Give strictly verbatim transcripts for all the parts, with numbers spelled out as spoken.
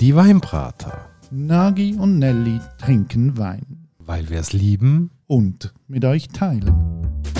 Die Weinbrater. Nagi und Nelly trinken Wein. Weil wir es lieben und mit euch teilen.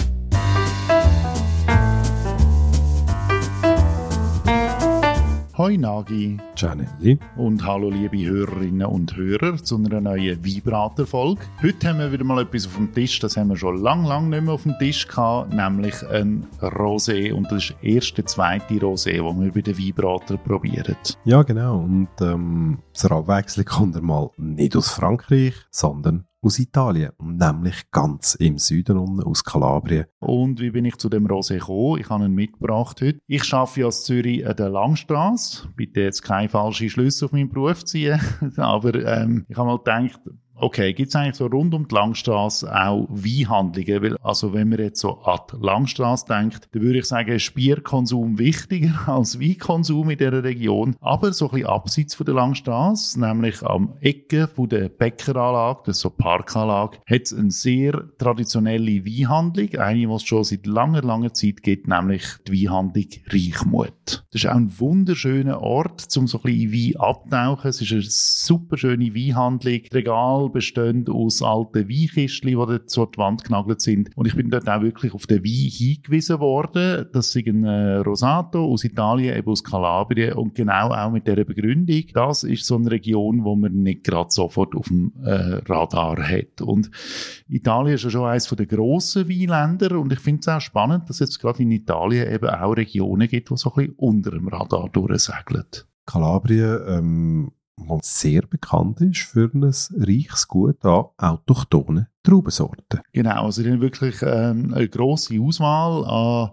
Hoi Nagi. Ciao Nelly. Und hallo liebe Hörerinnen und Hörer zu einer neuen Weinbrater-Folge. Heute haben wir wieder mal etwas auf dem Tisch, das haben wir schon lang, lang nicht mehr auf dem Tisch gehabt, nämlich ein Rosé. Und das ist der erste, zweite Rosé, den wir bei den Weinbrater probieren. Ja genau, und ähm, zur Abwechslung kommt er mal nicht aus Frankreich, sondern aus Italien, nämlich ganz im Süden unten, aus Kalabrien. Und wie bin ich zu dem Rosé gekommen? Ich habe ihn mitgebracht heute. Ich arbeite ja in Zürich an der Langstrasse. Bitte jetzt keine falschen Schlüsse auf meinen Beruf ziehen. Aber ähm, ich habe mal gedacht, okay, gibt es eigentlich so rund um die Langstrasse auch Weinhandlungen? Weil, also wenn man jetzt so an die Langstrasse denkt, dann würde ich sagen, ist Bierkonsum wichtiger als Weinkonsum in dieser Region. Aber so ein bisschen abseits von der Langstrasse, nämlich am Ecke von der Bäckeranlage, das ist so Parkanlage, hat es eine sehr traditionelle Weinhandlung. Eine, die es schon seit langer, langer Zeit gibt, nämlich die Weinhandlung Reichmuth. Das ist auch ein wunderschöner Ort, um so ein bisschen in Wein abtauchen. Es ist eine super schöne Weinhandlung. Die Regale bestehen aus alten Weinkistchen, die dort so an die Wand genagelt sind. Und ich bin dort auch wirklich auf den Wein hingewiesen worden. Das ist ein äh, Rosato aus Italien, eben aus Kalabrien. Und genau auch mit dieser Begründung, das ist so eine Region, wo man nicht gerade sofort auf dem äh, Radar hat. Und Italien ist ja schon eines der grossen Weinländer. Und ich finde es auch spannend, dass es jetzt gerade in Italien eben auch Regionen gibt, die so ein bisschen unter dem Radar durchsegeln. Kalabrien, ähm, was sehr bekannt ist für ein reiches Gut an autochthonen Traubensorten. Genau, also die haben wirklich ähm, eine grosse Auswahl an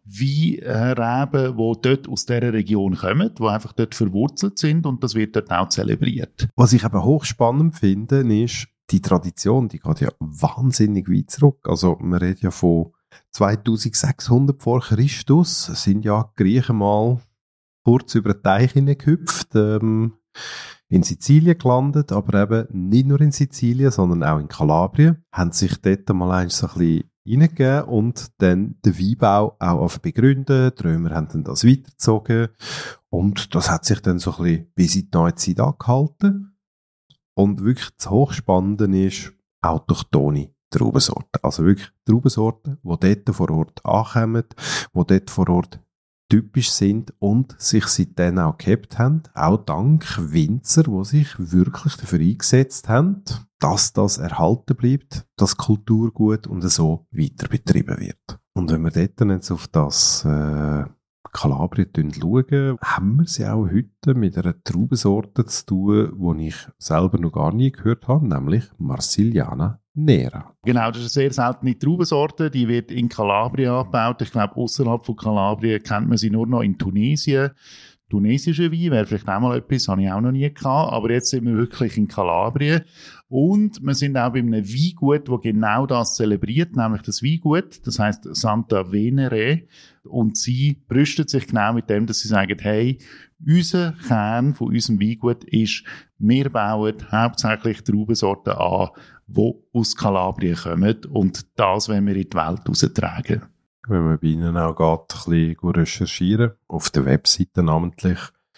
Weinreben, die dort aus dieser Region kommen, die einfach dort verwurzelt sind, und das wird dort auch zelebriert. Was ich eben hochspannend finde, ist, die Tradition, die geht ja wahnsinnig weit zurück. Also man redet ja von zweitausendsechshundert vor Christus, sind ja die Griechen mal kurz über den Teich hingehüpft, ähm, in Sizilien gelandet, aber eben nicht nur in Sizilien, sondern auch in Kalabrien, haben sich dort mal eins so ein bisschen reingegeben und dann den Weinbau auch begründen. Die Römer haben dann das weitergezogen und das hat sich dann so ein bisschen bis in die Neuzeit angehalten. Und wirklich das Hochspannende ist autochthone Traubensorten. Also wirklich Traubensorten, die dort vor Ort ankommen, die dort vor Ort typisch sind und sich seitdem auch gehabt haben, auch dank Winzer, die sich wirklich dafür eingesetzt haben, dass das erhalten bleibt, das Kulturgut und so weiter betrieben wird. Und wenn wir dort jetzt auf das äh, Kalabrien schauen, haben wir sie auch heute mit einer Traubensorte zu tun, die ich selber noch gar nie gehört habe, nämlich Marsigliana Nera. Genau, das ist eine sehr seltene Traubensorte, die wird in Kalabrien angebaut. Ich glaube, außerhalb von Kalabrien kennt man sie nur noch in Tunesien. Tunesische Wein wäre vielleicht auch mal etwas, habe ich auch noch nie gehabt, aber jetzt sind wir wirklich in Kalabrien. Und wir sind auch bei einem Weingut, das genau das zelebriert, nämlich das Weingut, das heisst Santa Venere. Und sie brüstet sich genau mit dem, dass sie sagen, hey, unser Kern von unserem Weingut ist, wir bauen hauptsächlich Traubensorten an, die aus Kalabrien kommen, und das wollen wir in die Welt raustragen. Wenn man bei Ihnen auch geht, ein bisschen recherchieren, auf der Webseite namentlich,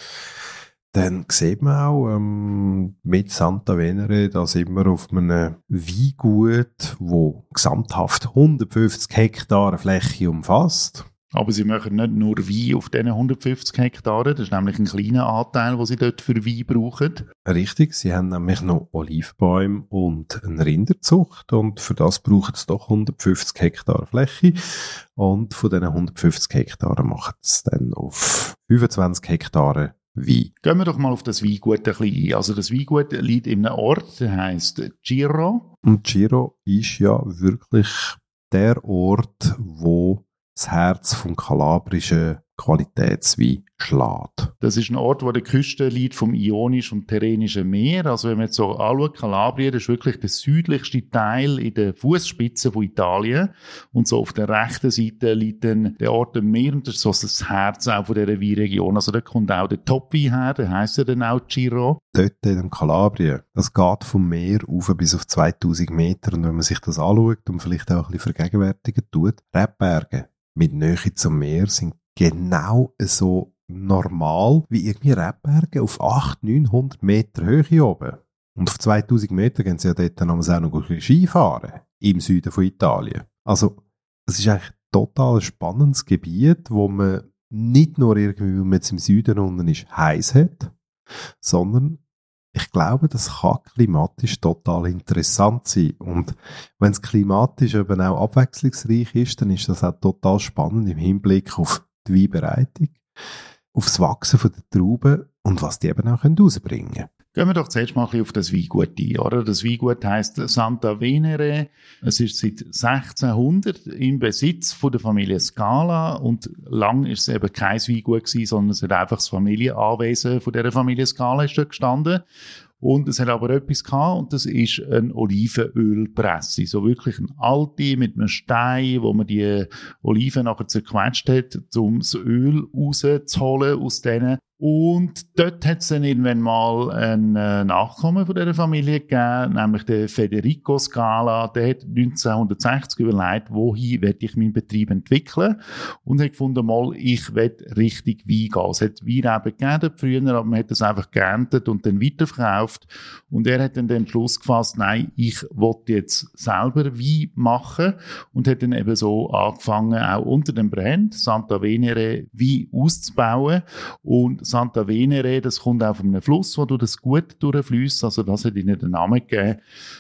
dann sieht man auch ähm, mit Santa Venere, da sind wir auf einem Weingut, wo gesamthaft hundertfünfzig Hektar Fläche umfasst. Aber sie machen nicht nur Wein auf diesen hundertfünfzig Hektaren, das ist nämlich ein kleiner Anteil, den sie dort für Wein brauchen. Richtig, sie haben nämlich noch Olivbäume und eine Rinderzucht, und für das brauchen sie doch hundertfünfzig Hektar Fläche, und von diesen hundertfünfzig Hektaren machen sie dann auf fünfundzwanzig Hektaren Wein. Gehen wir doch mal auf das Weingut ein bisschen ein. Also das Weingut liegt in einem Ort, der heisst Giro. Und Giro ist ja wirklich der Ort, wo das Herz vom kalabrischen Qualitätswein schlägt. Das ist ein Ort, wo der Küste liegt vom Ionischen und Tyrrhenischen Meer. Also wenn man jetzt so anschaut, Kalabrien, das ist wirklich der südlichste Teil in der Fußspitze von Italien. Und so auf der rechten Seite liegt dann der Ort am Meer, und das ist so das Herz auch von dieser Weinregion. Also da kommt auch der Top-Wein her, der heisst ja dann auch Giro. Dort in dem Kalabrien, das geht vom Meer rauf bis auf zweitausend Meter, und wenn man sich das anschaut und vielleicht auch ein bisschen vergegenwärtigen tut, Rebberge mit Nähe zum Meer sind genau so normal wie irgendwie Rebberge auf achthundert, neunhundert Meter Höhe oben. Und auf zweitausend Meter gehen sie ja dort dann auch noch Skifahren im Süden von Italien. Also, es ist eigentlich ein total spannendes Gebiet, wo man nicht nur irgendwie, wenn man jetzt im Süden unten ist, heiß hat, sondern ich glaube, das kann klimatisch total interessant sein. Und wenn es klimatisch eben auch abwechslungsreich ist, dann ist das auch total spannend im Hinblick auf die Weinbereitung, auf das Wachsen der Trauben und was die eben auch rausbringen können. Gehen wir doch zuerst mal ein bisschen auf das Weingut ein, oder? Das Weingut heisst Santa Venere. Es ist seit sechzehnhundert im Besitz von der Familie Scala und lang ist es eben kein Weingut gewesen, sondern es hat einfach das Familienanwesen von dieser Familie Scala ist dort gestanden. Und es hat aber etwas gehabt, und das ist eine Olivenölpresse. So wirklich eine alte, mit einem Stein, wo man die Oliven nachher zerquetscht hat, um das Öl rauszuholen aus denen. Und dort hat es dann irgendwann mal einen Nachkommen von dieser Familie gegeben, nämlich den Federico Scala. Der hat neunzehnhundertsechzig überlegt, wohin will ich meinen Betrieb entwickeln, und hat gefunden, mal, ich will richtig Wein gehen. Es hat Weinreben gegeben früher, aber man hat das einfach geerntet und dann weiterverkauft. Und er hat dann den Entschluss gefasst, nein, ich will jetzt selber Wein machen, und hat dann eben so angefangen, auch unter dem Brand Santa Venere Wein auszubauen. Und Santa Venere, das kommt auch von einem Fluss, wo du das gut durchfliesst, also das hat ihnen den Namen gegeben.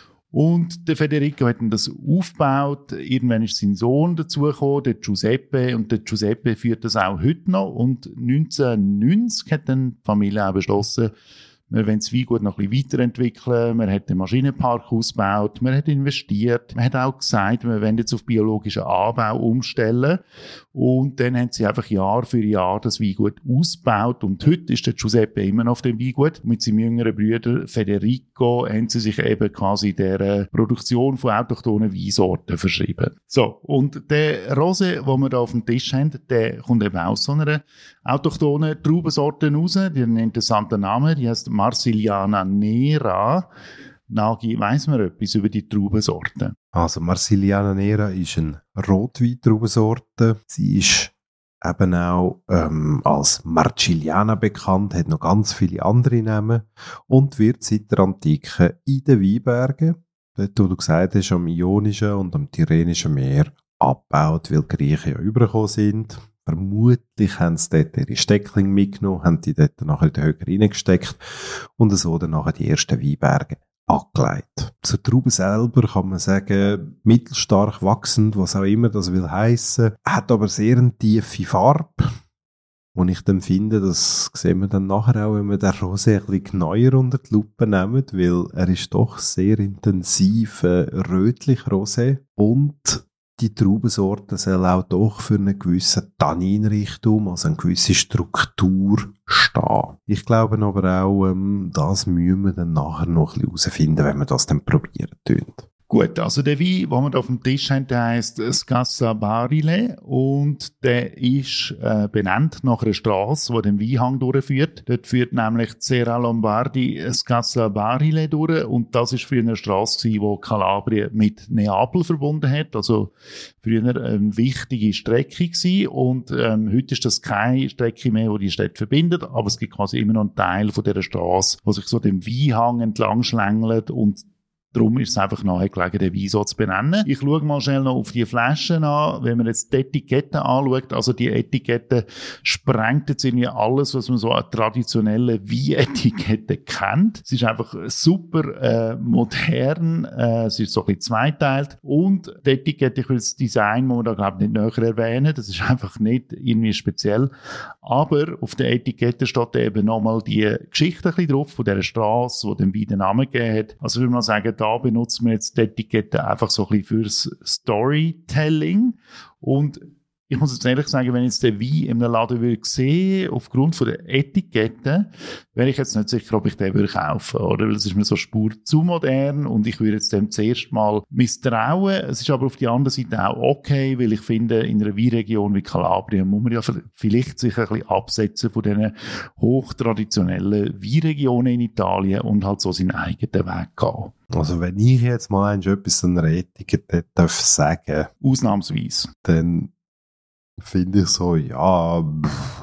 Und der Federico hat dann das aufgebaut. Irgendwann ist sein Sohn dazugekommen, der Giuseppe, und der Giuseppe führt das auch heute noch. Und neunzehnhundertneunzig hat dann die Familie auch beschlossen, wir wollen das Weingut noch ein bisschen weiterentwickeln. Man hat den Maschinenpark ausgebaut. Man hat investiert. Man hat auch gesagt, wir wollen jetzt auf biologischen Anbau umstellen. Und dann haben sie einfach Jahr für Jahr das Weingut ausgebaut. Und heute ist der Giuseppe immer noch auf dem Weingut. Mit seinem jüngeren Bruder Federico haben sie sich eben quasi der Produktion von autochthonen Weinsorten verschrieben. So. Und der Rosé, den wir da auf dem Tisch haben, der kommt eben aus so einer autochthonen Traubensorte raus. Die hat einen interessanten Namen. Die heißt Marsigliana Nera. Nagi, weiss man etwas über die Traubensorte? Also Marsigliana Nera ist eine Rotwein-Traubensorte. Sie ist eben auch ähm, als Marcigliana bekannt, hat noch ganz viele andere Namen und wird seit der Antike in den Weinbergen, dort wo du gesagt hast, am Ionischen und am Tyrrhenischen Meer abgebaut, weil die Griechen ja übergekommen sind. Vermutlich haben sie dort ihre Stecklinge mitgenommen, haben die dort nachher in den Höcker reingesteckt und so dann nachher die ersten Weinberge angelegt. Zur Traube selber kann man sagen, mittelstark wachsend, was auch immer das will heissen, hat aber sehr eine tiefe Farbe. Und ich dann finde, das sehen wir dann nachher auch, wenn wir den Rosé ein bisschen neuer unter die Lupe nehmen, weil er ist doch sehr intensiv äh, rötlich Rosé und die Traubensorte soll auch doch für einen gewissen Tanninreichtum, also eine gewisse Struktur stehen. Ich glaube aber auch, ähm, das müssen wir dann nachher noch ein bisschen herausfinden, wenn wir das dann probieren tun. Gut, also der Wein, den wir da auf dem Tisch haben, der heisst Scassa Barile und der ist äh, benannt nach einer Strasse, die den Weinhang durchführt. Dort führt nämlich Serra Lombardi Scassa Barile durch und das ist früher eine Strasse, die Kalabrien mit Neapel verbunden hat, also früher eine wichtige Strecke gewesen. Und ähm, heute ist das keine Strecke mehr, die die Städte verbindet, aber es gibt quasi immer noch einen Teil von dieser Strasse, wo sich so dem Weinhang entlang schlängelt und darum ist es einfach nahegelegen, den Wein so zu benennen. Ich schaue mal schnell noch auf die Flaschen an. Wenn man jetzt die Etiketten anschaut, also die Etiketten sprengt jetzt irgendwie alles, was man so an traditionellen Weinetiketten kennt. Es ist einfach super äh, modern. Äh, es ist so ein bisschen zweiteilt. Und die Etikette, ich will das Design, muss man da glaube ich nicht näher erwähnen. Das ist einfach nicht irgendwie speziell. Aber auf der Etikette steht eben nochmal die Geschichte ein bisschen drauf von dieser Strasse, die dem Wein den Namen gegeben hat. Also würde man sagen, da benutzen wir jetzt die Etikette einfach so ein bisschen fürs Storytelling. Und ich muss jetzt ehrlich sagen, wenn ich jetzt den Wein in einem Laden würde sehen, aufgrund von der Etikette, wäre ich jetzt nicht sicher, ob ich den würde kaufen, oder? Weil es ist mir so Spur zu modern und ich würde jetzt dem zuerst mal misstrauen. Es ist aber auf der anderen Seite auch okay, weil ich finde, in einer Weinregion wie Kalabrien muss man ja vielleicht sich ein bisschen absetzen von diesen hochtraditionellen Weinregionen in Italien und halt so seinen eigenen Weg gehen. Also wenn ich jetzt mal ein etwas an einer Etikette darf sagen, ausnahmsweise, dann finde ich so, ja, pff,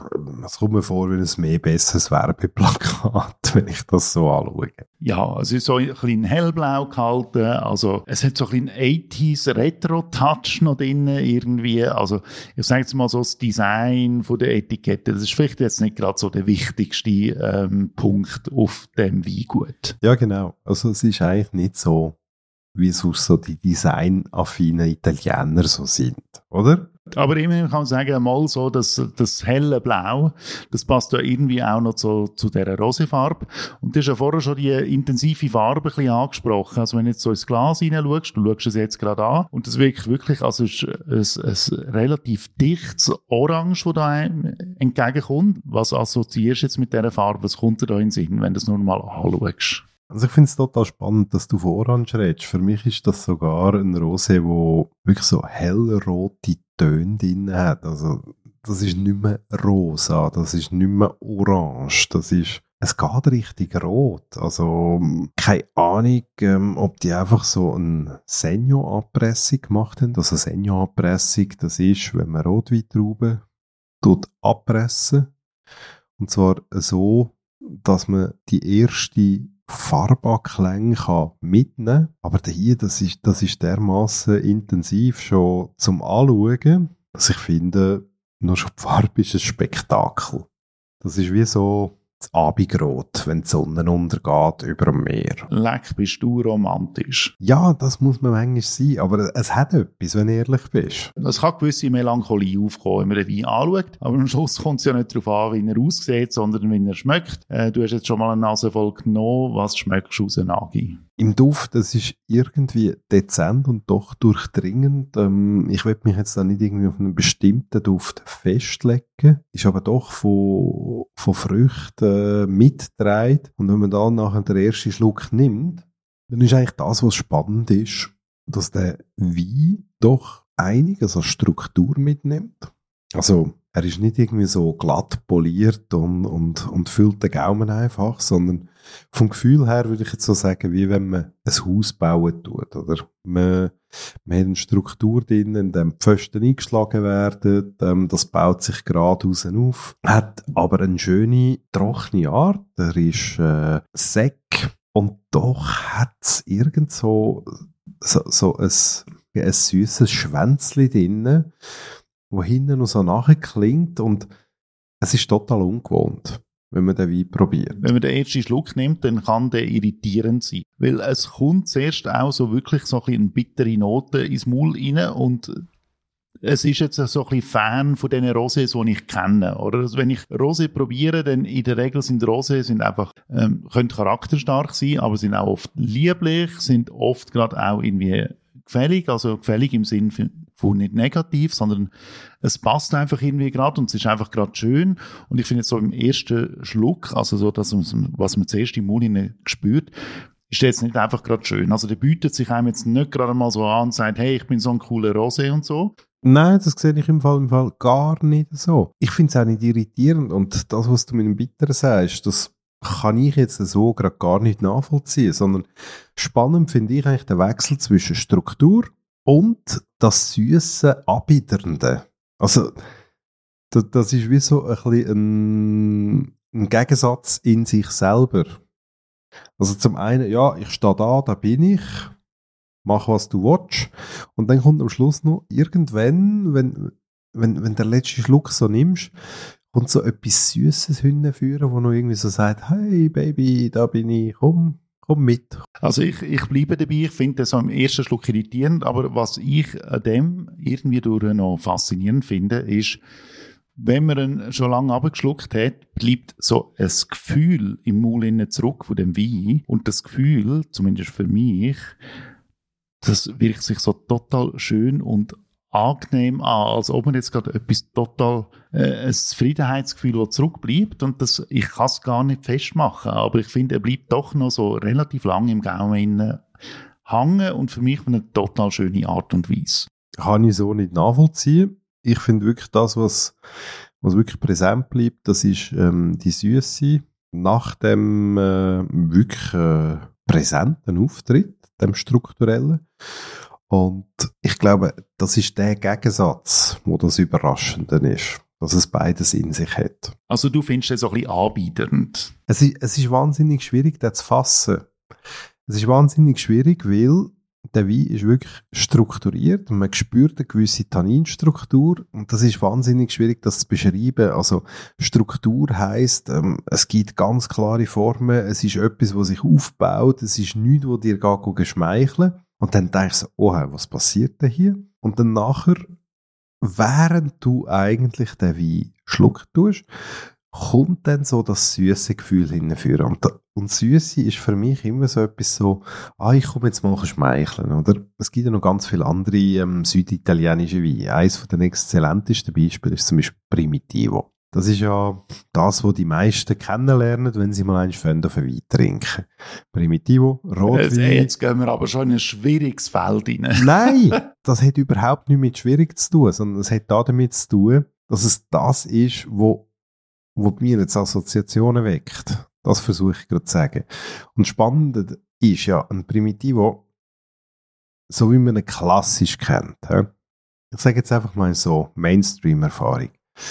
es kommt mir vor wie ein mehr besseres Werbeplakat, wenn ich das so anschaue. Ja, es ist so ein bisschen hellblau gehalten, also es hat so ein bisschen achtziger Retro-Touch noch drin irgendwie, also ich sage jetzt mal so, das Design von der Etikette, das ist vielleicht jetzt nicht gerade so der wichtigste ähm, Punkt auf dem Weingut. Ja, genau, also es ist eigentlich nicht so, wie sonst so die designaffinen Italiener so sind, oder? Aber immerhin kann man sagen, mal so, dass das helle Blau, das passt ja irgendwie auch noch zu, zu dieser Roséfarbe. Und du hast ja vorher schon die intensive Farbe ein bisschen angesprochen. Also wenn du jetzt so ins Glas hineinschaust, du schaust es jetzt gerade an, und das wirkt wirklich, also es ist ein, ein relativ dichtes Orange, das da einem entgegenkommt. Was assoziierst du jetzt mit dieser Farbe? Was kommt dir da in den Sinn, wenn du es nur mal anschaust? Also ich finde es total spannend, dass du von Orange redest. Für mich ist das sogar ein Rosé, der wirklich so hellrote Töne drin hat. Also das ist nicht mehr rosa, das ist nicht mehr orange, das ist, es geht richtig rot. Also keine Ahnung, ähm, ob die einfach so eine Senior-Abpressung gemacht haben. Also Senior-Abpressung, das ist, wenn man Rotweintrauben tut abpressen. Und zwar so, dass man die erste Farbanklänge kann mitnehmen, aber hier, das ist, das ist dermaßen intensiv schon zum Anschauen, dass ich finde, nur schon die Farbe ist ein Spektakel. Das ist wie so das Abendrot, wenn die Sonne untergeht über dem Meer. Leck, bist du romantisch. Ja, das muss man manchmal sein, aber es hat etwas, wenn du ehrlich bist. Es kann gewisse Melancholie aufkommen, wenn man den Wein anschaut, aber am Schluss kommt es ja nicht darauf an, wie er aussieht, sondern wie er schmeckt. Äh, du hast jetzt schon mal eine Nase voll genommen, was schmeckst du raus, Nagi? Im Duft, das ist irgendwie dezent und doch durchdringend. Ähm, ich will mich jetzt da nicht irgendwie auf einen bestimmten Duft festlegen, ist aber doch von, von Früchten mitgetragen. Und wenn man dann nachher den ersten Schluck nimmt, dann ist eigentlich das, was spannend ist, dass der Wein doch einiges an Struktur mitnimmt. Also er ist nicht irgendwie so glatt poliert und, und, und füllt den Gaumen einfach, sondern vom Gefühl her würde ich jetzt so sagen, wie wenn man ein Haus bauen tut. Oder man, man hat eine Struktur drin, in der Pfosten eingeschlagen werden, ähm, das baut sich geradeaus auf, hat aber eine schöne, trockene Art, er ist äh, säck und doch hat es irgend so, so, so ein, ein süßes Schwänzchen drin, wo hinten noch so nachklingt und es ist total ungewohnt, wenn man den Wein probiert. Wenn man den ersten Schluck nimmt, dann kann der irritierend sein. Weil es kommt zuerst auch so wirklich so ein bisschen eine bittere Note ins Maul rein und es ist jetzt so ein bisschen Fan von diesen Rosés, die ich kenne. Oder? Also wenn ich Rosé probiere, dann in der Regel sind Rosés sind einfach, ähm, können charakterstark sein, aber sind auch oft lieblich, sind oft gerade auch irgendwie gefällig, also gefällig im Sinn von nicht negativ, sondern es passt einfach irgendwie gerade und es ist einfach gerade schön. Und ich finde jetzt so im ersten Schluck, also so das, was man zuerst im Mund hinein spürt, ist jetzt nicht einfach gerade schön. Also der bietet sich einem jetzt nicht gerade mal so an und sagt, hey, ich bin so ein cooler Rosé und so. Nein, das sehe ich im Fall, im Fall gar nicht so. Ich finde es auch nicht irritierend und das, was du mit dem Bitteren sagst, das kann ich jetzt so gerade gar nicht nachvollziehen, sondern spannend finde ich eigentlich den Wechsel zwischen Struktur und das süße Abbiedernde. Also, das, das ist wie so ein bisschen ein, ein Gegensatz in sich selber. Also zum einen, ja, ich stehe da, da bin ich, mach was du willst, und dann kommt am Schluss noch irgendwann, wenn, wenn, wenn der letzte Schluck so nimmst, kommt so etwas Süßes hinführen, wo noch irgendwie so sagt, hey Baby, da bin ich, komm, komm mit. Also ich, ich bleibe dabei, ich finde das am ersten Schluck irritierend, aber was ich an dem irgendwie durch noch faszinierend finde, ist, wenn man ihn schon lange abgeschluckt hat, bleibt so ein Gefühl im Maul innen zurück von dem Wein und das Gefühl, zumindest für mich, das wirkt sich so total schön und angenehm an, als ob man jetzt gerade etwas total, äh, ein Zufriedenheitsgefühl, das zurückbleibt und das, ich kann es gar nicht festmachen, aber ich finde, er bleibt doch noch so relativ lang im Gaumen hängen und für mich auf eine total schöne Art und Weise. Kann ich so nicht nachvollziehen. Ich finde wirklich das, was, was wirklich präsent bleibt, das ist ähm, die Süße nach dem äh, wirklich äh, präsenten Auftritt, dem strukturellen. Und ich glaube, das ist der Gegensatz, wo das Überraschende ist. dass es beides in sich hat. Also du findest es so ein bisschen anbiedernd? Es ist, es ist wahnsinnig schwierig, das zu fassen. Es ist wahnsinnig schwierig, weil der Wein ist wirklich strukturiert und man spürt eine gewisse Tanninstruktur und das ist wahnsinnig schwierig, das zu beschreiben. Also Struktur heisst, ähm, es gibt ganz klare Formen, es ist etwas, was sich aufbaut, es ist nichts, wo dir geht geschmeicheln. Und dann denkst du, oh, was passiert denn hier? Und dann nachher, während du eigentlich den Wein schlucken tust, kommt dann so das süße Gefühl hinführen. Und, und Süße ist für mich immer so etwas so, ah, ich komme jetzt mal schmeicheln, oder? Es gibt ja noch ganz viele andere ähm, süditalienische Weine. Eines der exzellentesten Beispiele ist zum Beispiel Primitivo. Das ist ja das, was die meisten kennenlernen, wenn sie mal einen Fond auf einen Wein trinken. Primitivo, Rotwein. Jetzt, jetzt gehen wir aber schon in ein schwieriges Feld rein. Nein, das hat überhaupt nichts mit schwierig zu tun, sondern es hat damit zu tun, dass es das ist, wo wo bei mir jetzt Assoziationen weckt. Das versuche ich gerade zu sagen. Und spannend ist ja ein Primitivo, so wie man ihn klassisch kennt. He? Ich sage jetzt einfach mal so, Mainstream-Erfahrung.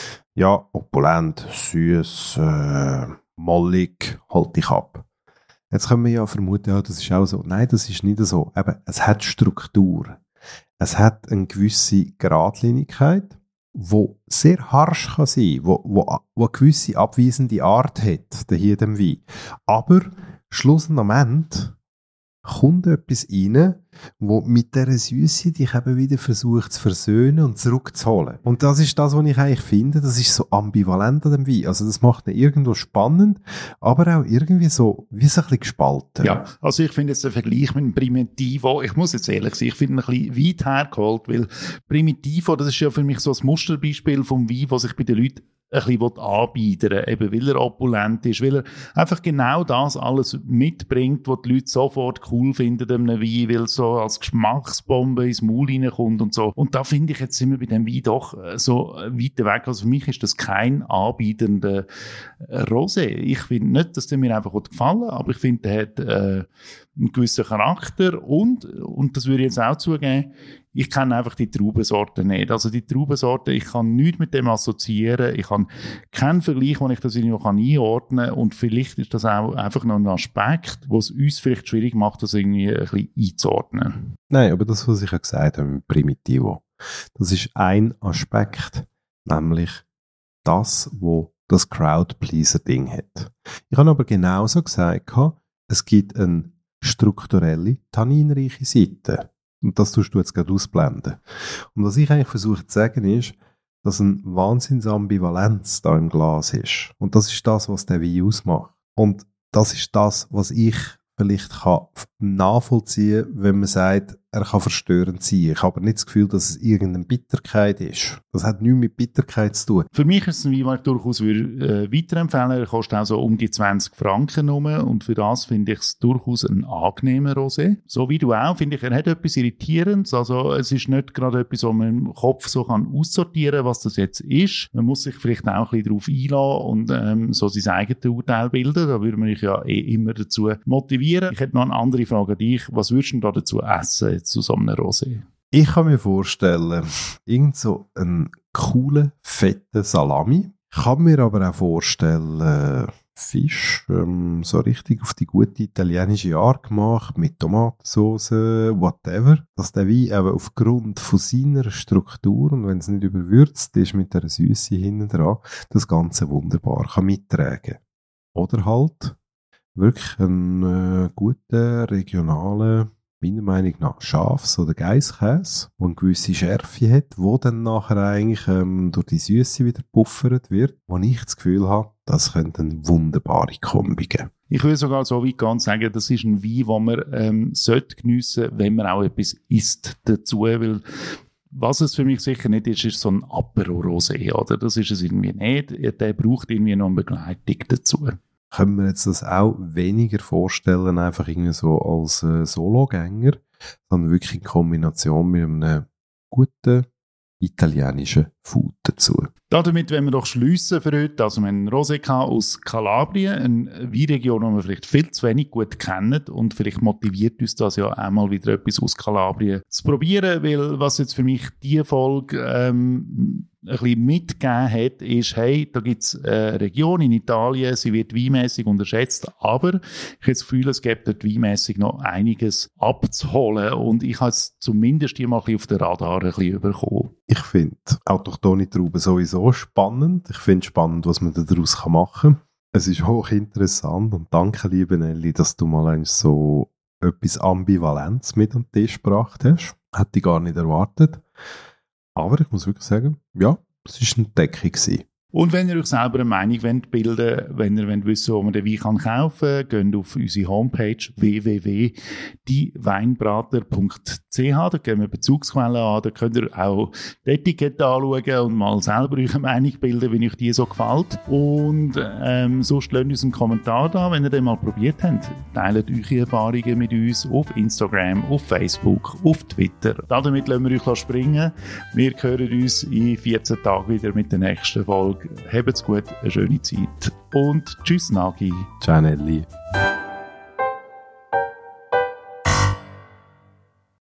Ja, opulent, süß, äh, mollig, holt dich ab. Jetzt können wir ja vermuten, ja, das ist auch so. Nein, das ist nicht so. Eben, es hat Struktur. Es hat eine gewisse Geradlinigkeit, wo sehr harsch kann sein, wo, wo, wo eine gewisse abweisende Art hat, der hier dem Wein. Aber schlussendlich kommt etwas rein, wo mit dieser Süße dich eben wieder versucht zu versöhnen und zurückzuholen. Und das ist das, was ich eigentlich finde, das ist so ambivalent an dem Wein. Also das macht ihn irgendwo spannend, aber auch irgendwie so, wie so ein bisschen gespalten. Ja, also ich finde jetzt den Vergleich mit dem Primitivo, ich muss jetzt ehrlich sein, ich finde ihn ein bisschen weit hergeholt, weil Primitivo, das ist ja für mich so ein Musterbeispiel vom Wein, was sich bei den Leuten ein bisschen anbiedern, eben weil er opulent ist, weil er einfach genau das alles mitbringt, was die Leute sofort cool finden an einem Wein, weil es so als Geschmacksbombe ins Maul reinkommt und so. Und da finde ich, jetzt sind wir bei dem Wein doch so weit weg. Also für mich ist das kein anbietender Rosé. Ich finde nicht, dass der mir einfach gefallen hat, aber ich finde, der hat äh, einen gewissen Charakter und, und das würde ich jetzt auch zugeben, ich kenne einfach die Traubensorten nicht. Also die Traubensorten, ich kann nichts mit dem assoziieren. Ich habe keinen Vergleich, wo ich das irgendwie einordnen kann. Und vielleicht ist das auch einfach noch ein Aspekt, was es uns vielleicht schwierig macht, das irgendwie ein bisschen einzuordnen. Nein, aber das, was ich ja gesagt habe mit Primitivo, das ist ein Aspekt, nämlich das, wo das Crowd-Pleaser-Ding hat. Ich habe aber genauso gesagt, es gibt eine strukturelle, tanninreiche Seite. Und das tust du jetzt gerade ausblenden. Und was ich eigentlich versuche zu sagen ist, dass eine Wahnsinnsambivalenz da im Glas ist. Und das ist das, was der Wein ausmacht. Und das ist das, was ich vielleicht kann nachvollziehen kann, wenn man sagt, er kann verstörend sein. Ich habe aber nicht das Gefühl, dass es irgendeine Bitterkeit ist. Das hat nichts mit Bitterkeit zu tun. Für mich ist es ein Wein, den ich durchaus würde, äh, weiterempfehlen. Er kostet auch so um die zwanzig Franken rum. Und für das finde ich es durchaus ein angenehmer Rosé. So wie du auch, finde ich, er hat etwas Irritierendes. Also es ist nicht gerade etwas, wo man im Kopf so kann aussortieren kann, was das jetzt ist. Man muss sich vielleicht auch ein bisschen darauf einlassen und ähm, so sein eigenes Urteil bilden. Da würde man mich ja eh immer dazu motivieren. Ich hätte noch eine andere Frage an dich. Was würdest du da dazu essen? Zu so einem Rosé? Ich kann mir vorstellen, irgend so einen coolen, fetten Salami. Ich kann mir aber auch vorstellen, Fisch, ähm, so richtig auf die gute italienische Art gemacht, mit Tomatensauce, whatever. Dass der Wein eben aufgrund von seiner Struktur und wenn es nicht überwürzt ist mit der Süße hinten dran, das Ganze wunderbar kann mittragen. Oder halt wirklich einen äh, guten, regionalen, meiner Meinung nach Schafs- oder Geisskäse, der eine gewisse Schärfe hat, wo dann nachher eigentlich ähm, durch die Süße wieder puffert wird, wo ich das Gefühl habe, das könnte eine wunderbare Kombi geben. Ich würde sogar so weit gehen und sagen, das ist ein Wein, den man ähm, sollte geniessen, wenn man auch etwas isst dazu, weil was es für mich sicher nicht ist, ist so ein Apero-Rosé, oder? Das ist es irgendwie nicht. Der braucht irgendwie noch eine Begleitung dazu. Können wir jetzt das auch weniger vorstellen, einfach irgendwie so als äh, Sologänger, sondern wirklich in Kombination mit einem guten italienischen Food dazu. Damit wollen wir doch schliessen für heute. Also wir haben Rosé aus Kalabrien, eine Weinregion, die wir vielleicht viel zu wenig gut kennen, und vielleicht motiviert uns das ja einmal wieder etwas aus Kalabrien zu probieren, weil was jetzt für mich diese Folge ähm, ein bisschen mitgegeben hat, ist, hey, da gibt es eine Region in Italien, sie wird weinmässig unterschätzt, aber ich habe das Gefühl, es gibt dort weinmässig noch einiges abzuholen, und ich habe es zumindest hier mal ein bisschen auf den Radar ein bisschen bekommen. Ich finde autochthone Trauben sowieso spannend. Ich finde spannend, was man daraus machen kann. Es ist hochinteressant, und danke, liebe Nelly, dass du mal eins so etwas Ambivalenz mit an den Tisch gebracht hast. Hätte ich gar nicht erwartet. Aber ich muss wirklich sagen, ja, es war eine Entdeckung gewesen. Und wenn ihr euch selber eine Meinung bilden wollt, wenn ihr wollt wissen, wo man den Wein kaufen kann, geht auf unsere Homepage w w w punkt die weinbrater punkt c h. Da gehen wir Bezugsquellen an, da könnt ihr auch die Etikette anschauen und mal selber eure Meinung bilden, wie euch die so gefällt. Und ähm, sonst lasst uns einen Kommentar da, wenn ihr den mal probiert habt. Teilt eure Erfahrungen mit uns auf Instagram, auf Facebook, auf Twitter. Damit lassen wir euch springen. Wir hören uns in vierzehn Tagen wieder mit der nächsten Folge. Habt's gut, eine schöne Zeit und tschüss Nagi. Ciao Nelly.